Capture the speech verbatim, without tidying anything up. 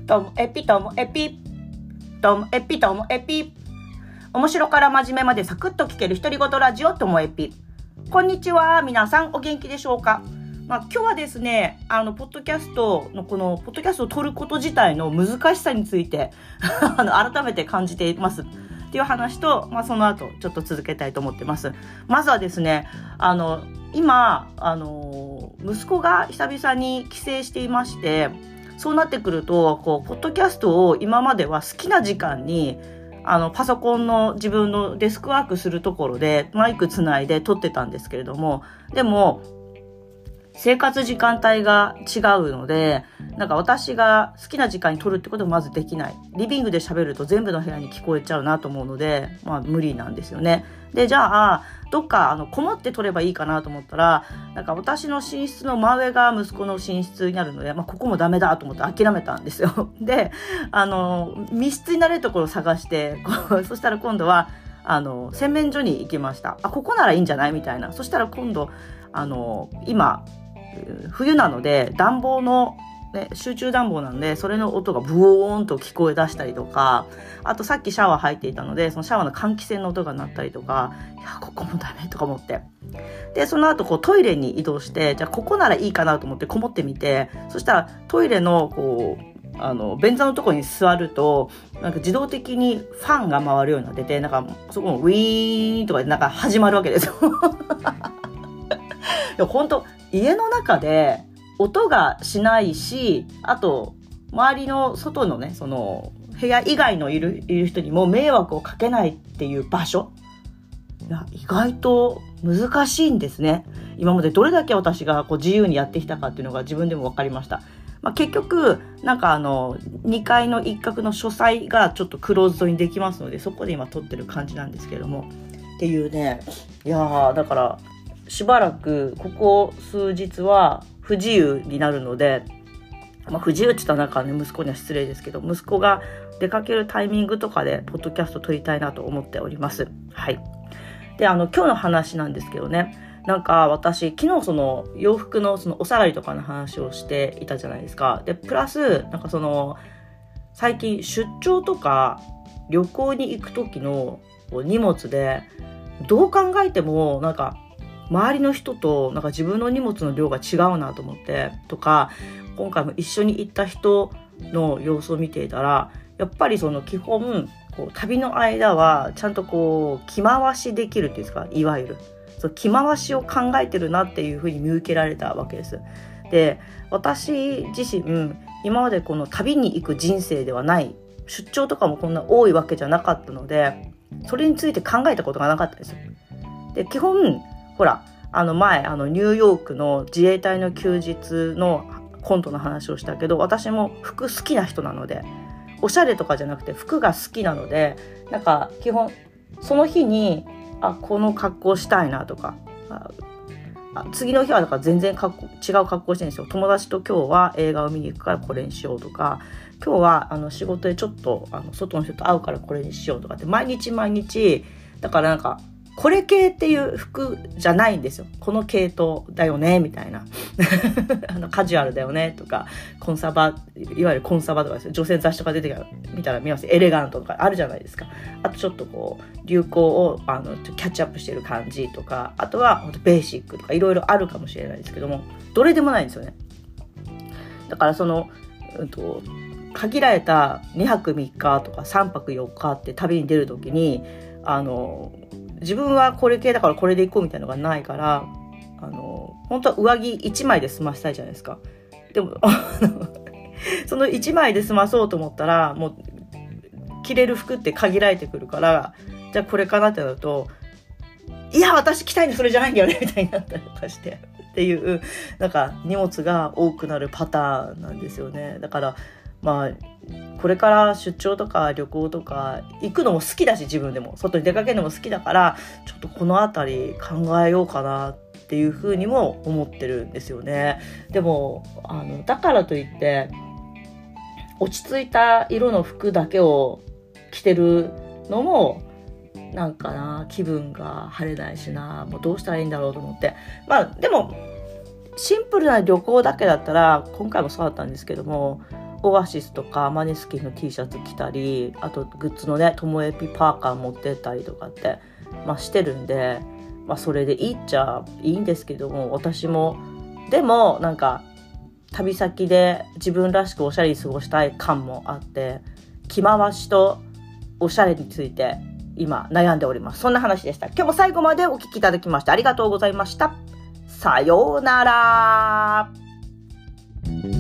ともエピともエピともエピともエピ面白から真面目までサクッと聞ける独り言ラジオともエピ。こんにちは、皆さんお元気でしょうか。まあ、今日はですね、あのポッドキャストのこのポッドキャストを撮ること自体の難しさについてあの改めて感じていますっていう話と、まあ、その後ちょっと続けたいと思ってます。まずはですね、あの今あの息子が久々に帰省していまして、そうなってくるとこうポッドキャストを今までは好きな時間にあのパソコンの自分のデスクワークするところでマイクつないで撮ってたんですけれども、でも生活時間帯が違うので、なんか私が好きな時間に撮るってことはまずできない。リビングで喋ると全部の部屋に聞こえちゃうなと思うので、まあ無理なんですよね。で、じゃあ、どっかあのこもって撮ればいいかなと思ったら、なんか私の寝室の真上が息子の寝室になるので、まあここもダメだと思って諦めたんですよ。で、あの、密室になれるところを探して、こうそしたら今度は、あの、洗面所に行きました。あ、ここならいいんじゃないみたいな。そしたら今度、あの、今、冬なので暖房の、ね、集中暖房なんでそれの音がブオーンと聞こえ出したりとか、あとさっきシャワー入っていたのでそのシャワーの換気扇の音が鳴ったりとか、いやここもダメとか思って、でその後こうトイレに移動して、じゃあここならいいかなと思ってこもってみて、そしたらトイレのこうあの便座のところに座るとなんか自動的にファンが回るようになってて、なんかそこもウィーンとかでなんか始まるわけですよいや本当家の中で音がしないし、あと周りの外のねその部屋以外のいる、いる人にも迷惑をかけないっていう場所、いや意外と難しいんですね。今までどれだけ私がこう自由にやってきたかっていうのが自分でも分かりました。まあ、結局なんかあのにかいの一角の書斎がちょっとクローズドにできますので、そこで今撮ってる感じなんですけれども、っていうね、いやーだからしばらくここ数日は不自由になるので、まあ、不自由って言ったらなんかね息子には失礼ですけど、息子が出かけるタイミングとかでポッドキャスト撮りたいなと思っております。はい。で、あの今日の話なんですけどね、なんか私昨日その洋服のそのお下がりとかの話をしていたじゃないですか。でプラスなんかその最近出張とか旅行に行く時の荷物でどう考えてもなんか周りの人となんか自分の荷物の量が違うなと思ってとか、今回も一緒に行った人の様子を見ていたら、やっぱりその基本こう旅の間はちゃんとこう着回しできるっていうんですか、いわゆるそう着回しを考えてるなっていうふうに見受けられたわけです。で、私自身今までこの旅に行く人生ではない、出張とかもこんな多いわけじゃなかったので、それについて考えたことがなかったんですよ。で、基本ほらあの前あのニューヨークの自衛隊の休日のコントの話をしたけど、私も服好きな人なので、おしゃれとかじゃなくて服が好きなので、なんか基本その日にあこの格好したいなとか、ああ次の日はだから全然格好違う格好してるんですよ。友達と今日は映画を見に行くからこれにしようとか、今日はあの仕事でちょっとあの外の人と会うからこれにしようとかって毎日毎日、だからなんかこれ系っていう服じゃないんですよ。この系統だよねみたいなあのカジュアルだよねとか、コンサバ、いわゆるコンサバとかですよ、女性雑誌とか出てきた見たら見ます、エレガントとかあるじゃないですか。あとちょっとこう流行をあのキャッチアップしてる感じとか、あとは本当ベーシックとかいろいろあるかもしれないですけども、どれでもないんですよね。だからその、うんと、限られたにはくみっかとかさんぱくよっかって旅に出るときに、あの自分はこれ系だからこれで行こうみたいなのがないから、あの本当は上着いちまいで済ませたいじゃないですか。でもそのいちまいで済まそうと思ったらもう着れる服って限られてくるから、じゃあこれかなってなると、いや私着たいのそれじゃないんだよねみたいになったりとかしてっていう、なんか荷物が多くなるパターンなんですよね。だからまあこれから出張とか旅行とか行くのも好きだし、自分でも外に出かけるのも好きだから、ちょっとこのあたり考えようかなっていうふうにも思ってるんですよね。でもあのだからといって落ち着いた色の服だけを着てるのもなんかな、気分が晴れないしな、もうどうしたらいいんだろうと思って、まあでもシンプルな旅行だけだったら今回もそうだったんですけども、 オアシスとかマネスキンの T シャツ着たり、あとグッズのねともえぴパーカー持ってったりとかって、まあ、してるんで、まあ、それでいいっちゃいいんですけども、私もでもなんか旅先で自分らしくおしゃれに過ごしたい感もあって、着回しとおしゃれについて今悩んでおります。そんな話でした。今日も最後までお聞きいただきましてありがとうございました。さようなら。